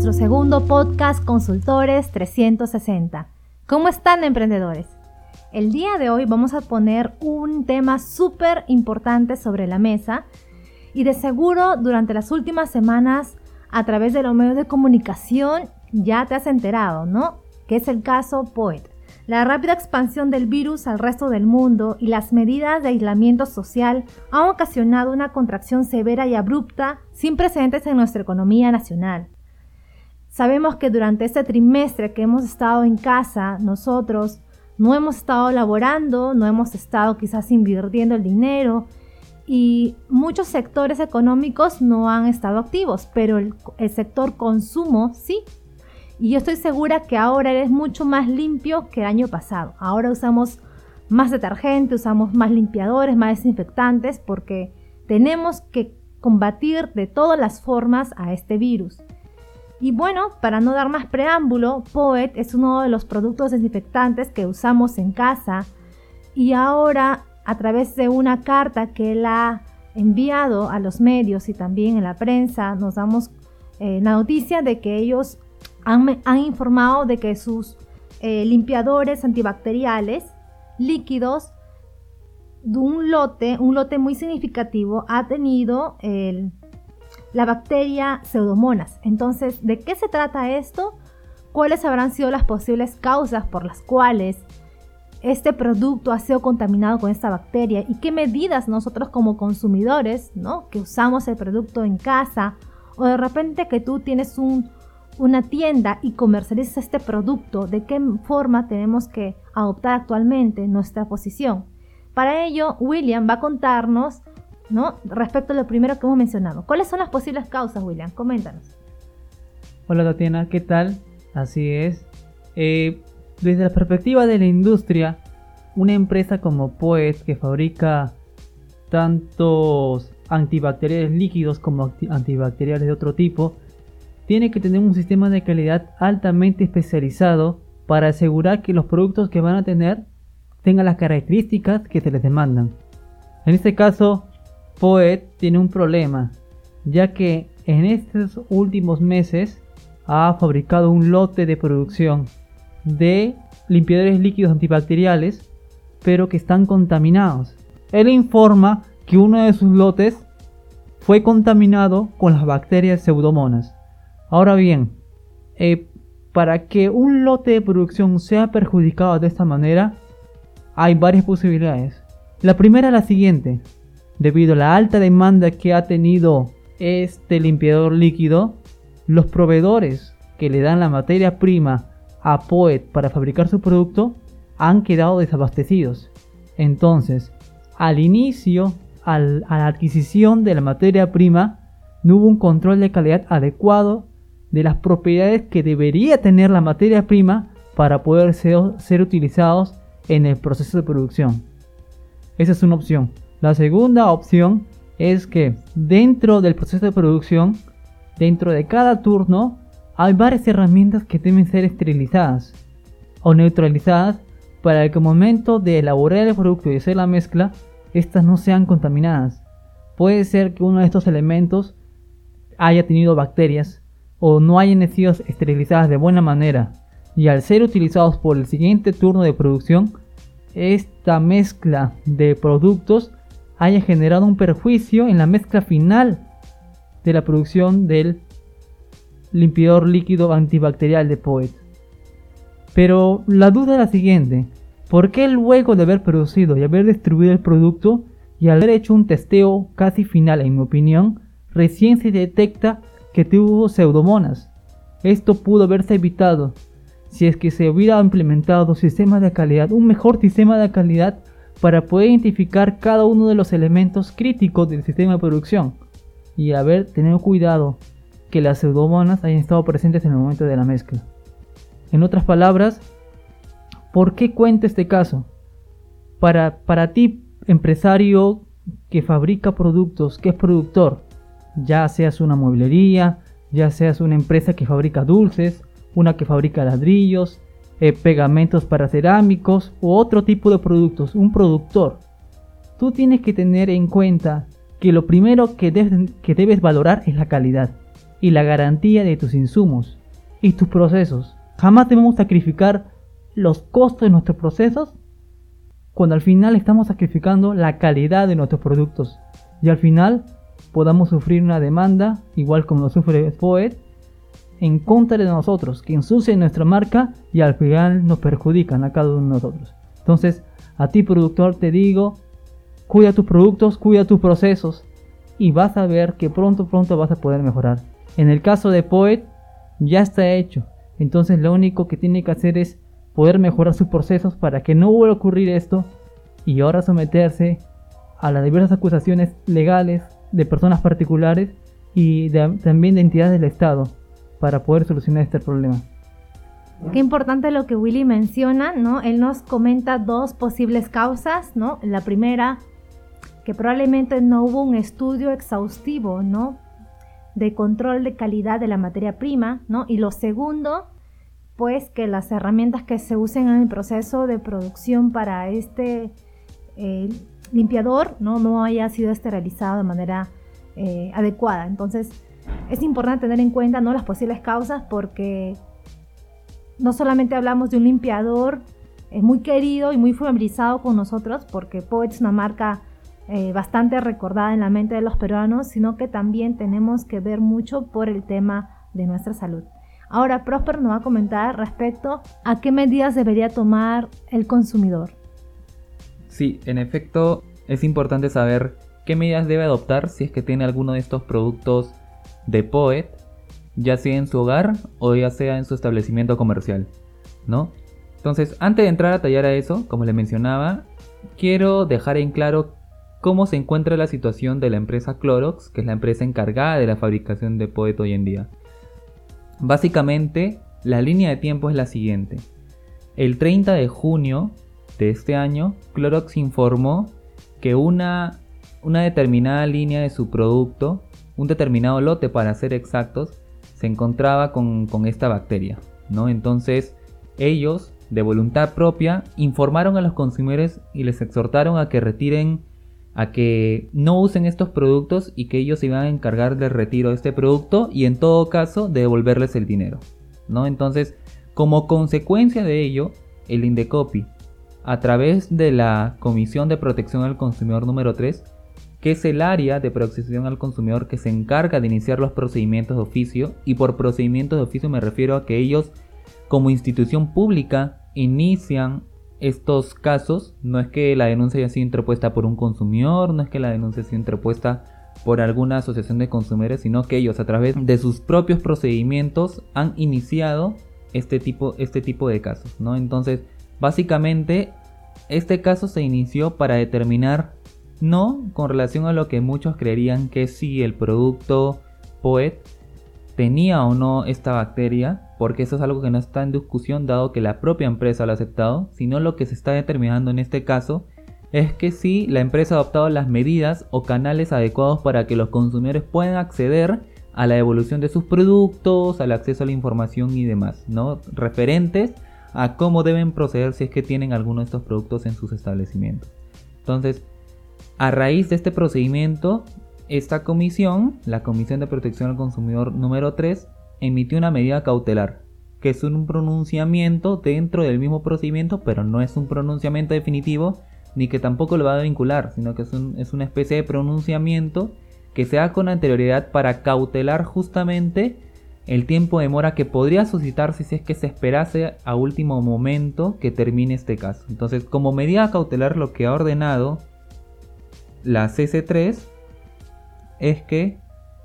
nuestro segundo podcast Consultores 360. ¿Cómo están, emprendedores? El día de hoy vamos a poner un tema súper importante sobre la mesa y de seguro durante las últimas semanas a través de los medios de comunicación ya te has enterado, ¿no? Que es el caso POET. La rápida expansión del virus al resto del mundo y las medidas de aislamiento social han ocasionado una contracción severa y abrupta sin precedentes en nuestra economía nacional. Sabemos que durante este trimestre que hemos estado en casa, nosotros no hemos estado laborando, no hemos estado quizás invirtiendo el dinero y muchos sectores económicos no han estado activos, pero el sector consumo sí. Y yo estoy segura que ahora eres mucho más limpio que el año pasado. Ahora usamos más detergente, usamos más limpiadores, más desinfectantes, porque tenemos que combatir de todas las formas a este virus. Y bueno, para no dar más preámbulo, POET es uno de los productos desinfectantes que usamos en casa. Y ahora, a través de una carta que él ha enviado a los medios y también en la prensa, nos damos la noticia de que ellos han informado de que sus limpiadores antibacteriales líquidos de un lote muy significativo ha tenido la bacteria Pseudomonas. Entonces, ¿de qué se trata esto? ¿Cuáles habrán sido las posibles causas por las cuales este producto ha sido contaminado con esta bacteria? ¿Y qué medidas nosotros como consumidores, ¿no?, que usamos el producto en casa, o de repente que tú tienes una tienda y comercializas este producto, de qué forma tenemos que adoptar actualmente nuestra posición? Para ello, William va a contarnos, ¿no?, respecto a lo primero que hemos mencionado. ¿Cuáles son las posibles causas, William? Coméntanos. Hola, Tatiana, ¿qué tal? Así es. Desde la perspectiva de la industria, una empresa como POET, que fabrica tantos antibacteriales líquidos como antibacteriales de otro tipo, tiene que tener un sistema de calidad altamente especializado para asegurar que los productos que van a tener tengan las características que se les demandan. En este caso, POET tiene un problema, ya que en estos últimos meses ha fabricado un lote de producción de limpiadores líquidos antibacteriales, pero que están contaminados. Él informa que uno de sus lotes fue contaminado con las bacterias Pseudomonas. Ahora bien, para que un lote de producción sea perjudicado de esta manera, hay varias posibilidades. La primera es la siguiente: debido a la alta demanda que ha tenido este limpiador líquido, los proveedores que le dan la materia prima a POET para fabricar su producto han quedado desabastecidos. Entonces, al inicio, a la adquisición de la materia prima, no hubo un control de calidad adecuado de las propiedades que debería tener la materia prima para poder ser utilizados en el proceso de producción. Esa es una opción. La segunda opción es que dentro del proceso de producción, dentro de cada turno, hay varias herramientas que deben ser esterilizadas o neutralizadas para que al momento de elaborar el producto y hacer la mezcla, estas no sean contaminadas. Puede ser que uno de estos elementos haya tenido bacterias o no hayan sido esterilizadas de buena manera, y al ser utilizados por el siguiente turno de producción, esta mezcla de productos haya generado un perjuicio en la mezcla final de la producción del limpiador líquido antibacterial de POET. Pero la duda es la siguiente: ¿por qué luego de haber producido y haber distribuido el producto y haber hecho un testeo casi final, en mi opinión, recién se detecta que tuvo Pseudomonas? Esto pudo haberse evitado si es que se hubiera implementado sistemas de calidad, un mejor sistema de calidad para poder identificar cada uno de los elementos críticos del sistema de producción y haber tenido cuidado que las Pseudomonas hayan estado presentes en el momento de la mezcla. En otras palabras, ¿por qué cuento este caso? Para ti, empresario que fabrica productos, que es productor, ya seas una mueblería, ya seas una empresa que fabrica dulces, una que fabrica ladrillos, pegamentos para cerámicos u otro tipo de productos, un productor, tú tienes que tener en cuenta que lo primero que debes valorar es la calidad. y la garantía de tus insumos y tus procesos. Jamás debemos sacrificar los costos de nuestros procesos cuando al final estamos sacrificando la calidad de nuestros productos y al final podamos sufrir una demanda, igual como lo sufre Poet, en contra de nosotros, que ensucian nuestra marca y al final nos perjudican a cada uno de nosotros. Entonces, a ti productor te digo, cuida tus productos, cuida tus procesos y vas a ver que pronto vas a poder mejorar. En el caso de Poet, ya está hecho. Entonces lo único que tiene que hacer es poder mejorar sus procesos para que no vuelva a ocurrir esto y ahora someterse a las diversas acusaciones legales de personas particulares y también de entidades del Estado para poder solucionar este problema. Qué importante lo que Willy menciona, ¿no? Él nos comenta dos posibles causas, ¿no? La primera, que probablemente no hubo un estudio exhaustivo, ¿no?, de control de calidad de la materia prima, ¿no? Y lo segundo, pues que las herramientas que se usen en el proceso de producción para este limpiador no haya sido esterilizado de manera adecuada. Entonces es importante tener en cuenta, ¿no?, las posibles causas, porque no solamente hablamos de un limpiador muy querido y muy familiarizado con nosotros, porque Poet es una marca bastante recordada en la mente de los peruanos, sino que también tenemos que ver mucho por el tema de nuestra salud. Ahora Prosper nos va a comentar respecto a qué medidas debería tomar el consumidor. Sí, en efecto, es importante saber qué medidas debe adoptar si es que tiene alguno de estos productos de Poet, ya sea en su hogar o ya sea en su establecimiento comercial, ¿no? Entonces, antes de entrar a tallar a eso, como le mencionaba, quiero dejar en claro cómo se encuentra la situación de la empresa Clorox, que es la empresa encargada de la fabricación de Poet hoy en día. Básicamente, la línea de tiempo es la siguiente. El 30 de junio de este año, Clorox informó que una determinada línea de su producto, un determinado lote para ser exactos, se encontraba con esta bacteria, ¿no? Entonces, ellos, de voluntad propia, informaron a los consumidores y les exhortaron a que no usen estos productos y que ellos se iban a encargar del retiro de este producto y en todo caso de devolverles el dinero, ¿no? Entonces, como consecuencia de ello, el Indecopi, a través de la Comisión de Protección al Consumidor número 3, que es el área de protección al consumidor que se encarga de iniciar los procedimientos de oficio, y por procedimientos de oficio me refiero a que ellos como institución pública inician estos casos. No es que la denuncia haya sido interpuesta por un consumidor, no es que la denuncia haya sido interpuesta por alguna asociación de consumidores, sino que ellos a través de sus propios procedimientos han iniciado este tipo de casos, ¿no? Entonces, básicamente, este caso se inició para determinar, no con relación a lo que muchos creerían que si el producto Poet tenía o no esta bacteria, porque eso es algo que no está en discusión dado que la propia empresa lo ha aceptado, sino lo que se está determinando en este caso es que si la empresa ha adoptado las medidas o canales adecuados para que los consumidores puedan acceder a la devolución de sus productos, al acceso a la información y demás, ¿no?, referentes a cómo deben proceder si es que tienen alguno de estos productos en sus establecimientos. Entonces, a raíz de este procedimiento, esta comisión, la Comisión de Protección al Consumidor número 3, emitió una medida cautelar, que es un pronunciamiento dentro del mismo procedimiento, pero no es un pronunciamiento definitivo, ni que tampoco lo va a vincular, sino que es una especie de pronunciamiento que se da con anterioridad para cautelar justamente el tiempo de demora que podría suscitarse si es que se esperase a último momento que termine este caso. Entonces, como medida cautelar, lo que ha ordenado la CC3 es que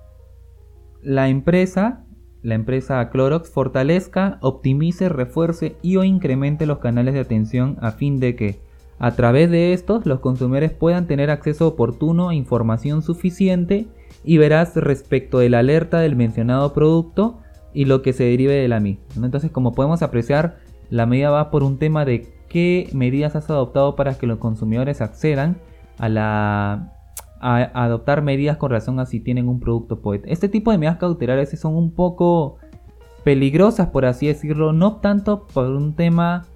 la empresa Clorox fortalezca, optimice, refuerce y o incremente los canales de atención a fin de que a través de estos los consumidores puedan tener acceso oportuno a información suficiente y veraz respecto de la alerta del mencionado producto y lo que se derive de la misma, ¿no? Entonces, como podemos apreciar, la medida va por un tema de qué medidas has adoptado para que los consumidores accedan a adoptar medidas con relación a si tienen un producto Poet. Este tipo de medidas cautelares son un poco peligrosas, por así decirlo, no tanto por un tema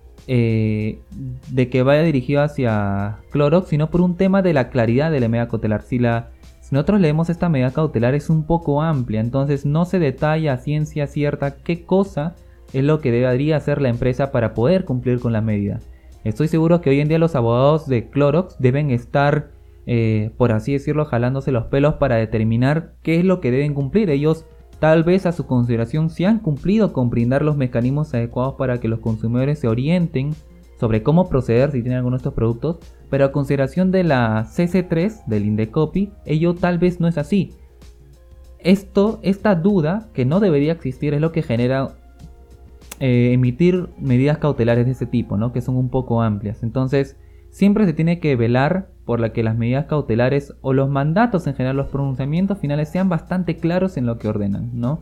de que vaya dirigido hacia Clorox, sino por un tema de la claridad de la medida cautelar. Si nosotros leemos esta medida cautelar es un poco amplia, entonces no se detalla a ciencia cierta qué cosa es lo que debería hacer la empresa para poder cumplir con la medida. Estoy seguro que hoy en día los abogados de Clorox deben estar, por así decirlo, jalándose los pelos para determinar qué es lo que deben cumplir. Ellos tal vez a su consideración sí han cumplido con brindar los mecanismos adecuados para que los consumidores se orienten sobre cómo proceder si tienen alguno de estos productos, pero a consideración de la CC3 del Indecopi, ello tal vez no es así. Esta duda que no debería existir es lo que genera emitir medidas cautelares de ese tipo, ¿no? Que son un poco amplias. Entonces, siempre se tiene que velar por la que las medidas cautelares o los mandatos en general, los pronunciamientos finales sean bastante claros en lo que ordenan, ¿no?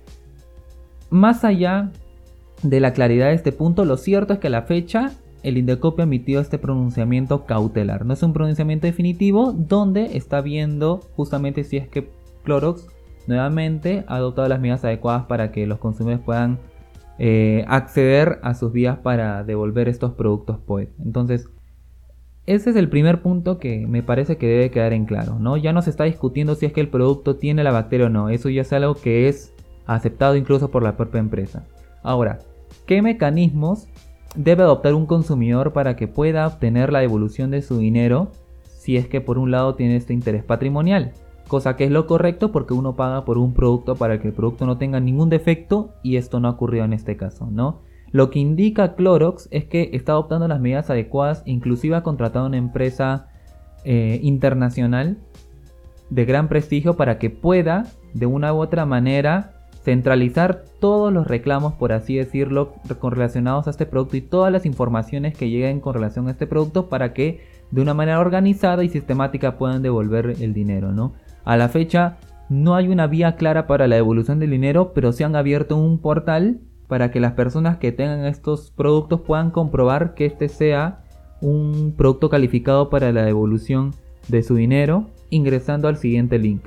Más allá de la claridad de este punto, lo cierto es que a la fecha el Indecopi ha emitido este pronunciamiento cautelar. No es un pronunciamiento definitivo donde está viendo justamente si es que Clorox nuevamente ha adoptado las medidas adecuadas para que los consumidores puedan acceder a sus vías para devolver estos productos POET. Entonces, ese es el primer punto que me parece que debe quedar en claro, ¿no? Ya no se está discutiendo si es que el producto tiene la bacteria o no. Eso ya es algo que es aceptado incluso por la propia empresa. Ahora, ¿qué mecanismos debe adoptar un consumidor para que pueda obtener la devolución de su dinero si es que por un lado tiene este interés patrimonial? Cosa que es lo correcto porque uno paga por un producto para que el producto no tenga ningún defecto y esto no ha ocurrido en este caso, ¿no? Lo que indica Clorox es que está adoptando las medidas adecuadas, inclusive ha contratado una empresa internacional de gran prestigio para que pueda de una u otra manera centralizar todos los reclamos, por así decirlo, relacionados a este producto y todas las informaciones que lleguen con relación a este producto para que de una manera organizada y sistemática puedan devolver el dinero, ¿no? A la fecha no hay una vía clara para la devolución del dinero, pero se han abierto un portal para que las personas que tengan estos productos puedan comprobar que este sea un producto calificado para la devolución de su dinero ingresando al siguiente link: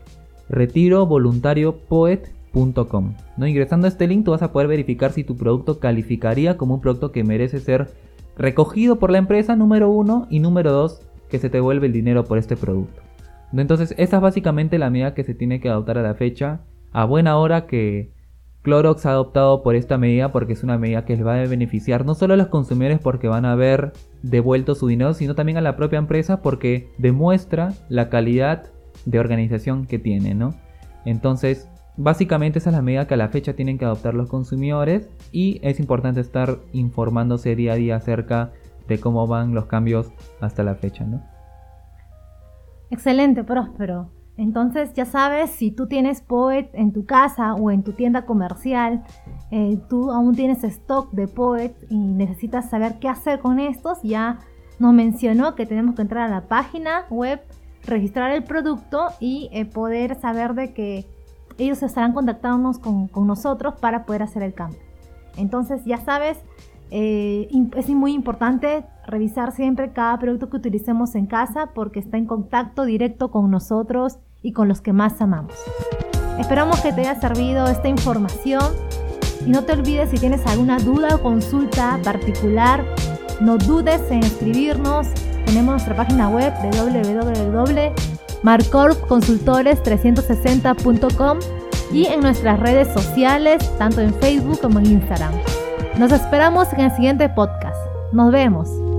retirovoluntariopoet.com, ¿no? Ingresando a este link tú vas a poder verificar si tu producto calificaría como un producto que merece ser recogido por la empresa, número 1, y número 2, que se te devuelve el dinero por este producto. Entonces esa es básicamente la medida que se tiene que adoptar a la fecha. A buena hora que Clorox ha adoptado por esta medida, porque es una medida que les va a beneficiar no solo a los consumidores porque van a haber devuelto su dinero, sino también a la propia empresa porque demuestra la calidad de organización que tiene, ¿no? Entonces, básicamente esa es la medida que a la fecha tienen que adoptar los consumidores y es importante estar informándose día a día acerca de cómo van los cambios hasta la fecha, ¿no? Excelente, Próspero. Entonces ya sabes, si tú tienes POET en tu casa o en tu tienda comercial, tú aún tienes stock de POET y necesitas saber qué hacer con estos, ya nos mencionó que tenemos que entrar a la página web, registrar el producto y poder saber de que ellos estarán contactándonos con nosotros para poder hacer el cambio. Entonces ya sabes, es muy importante revisar siempre cada producto que utilicemos en casa porque está en contacto directo con nosotros y con los que más amamos. Esperamos que te haya servido esta información y no te olvides, si tienes alguna duda o consulta particular, no dudes en escribirnos. Tenemos nuestra página web www.marcorpconsultores360.com y en nuestras redes sociales, tanto en Facebook como en Instagram. Nos esperamos en el siguiente podcast. Nos vemos.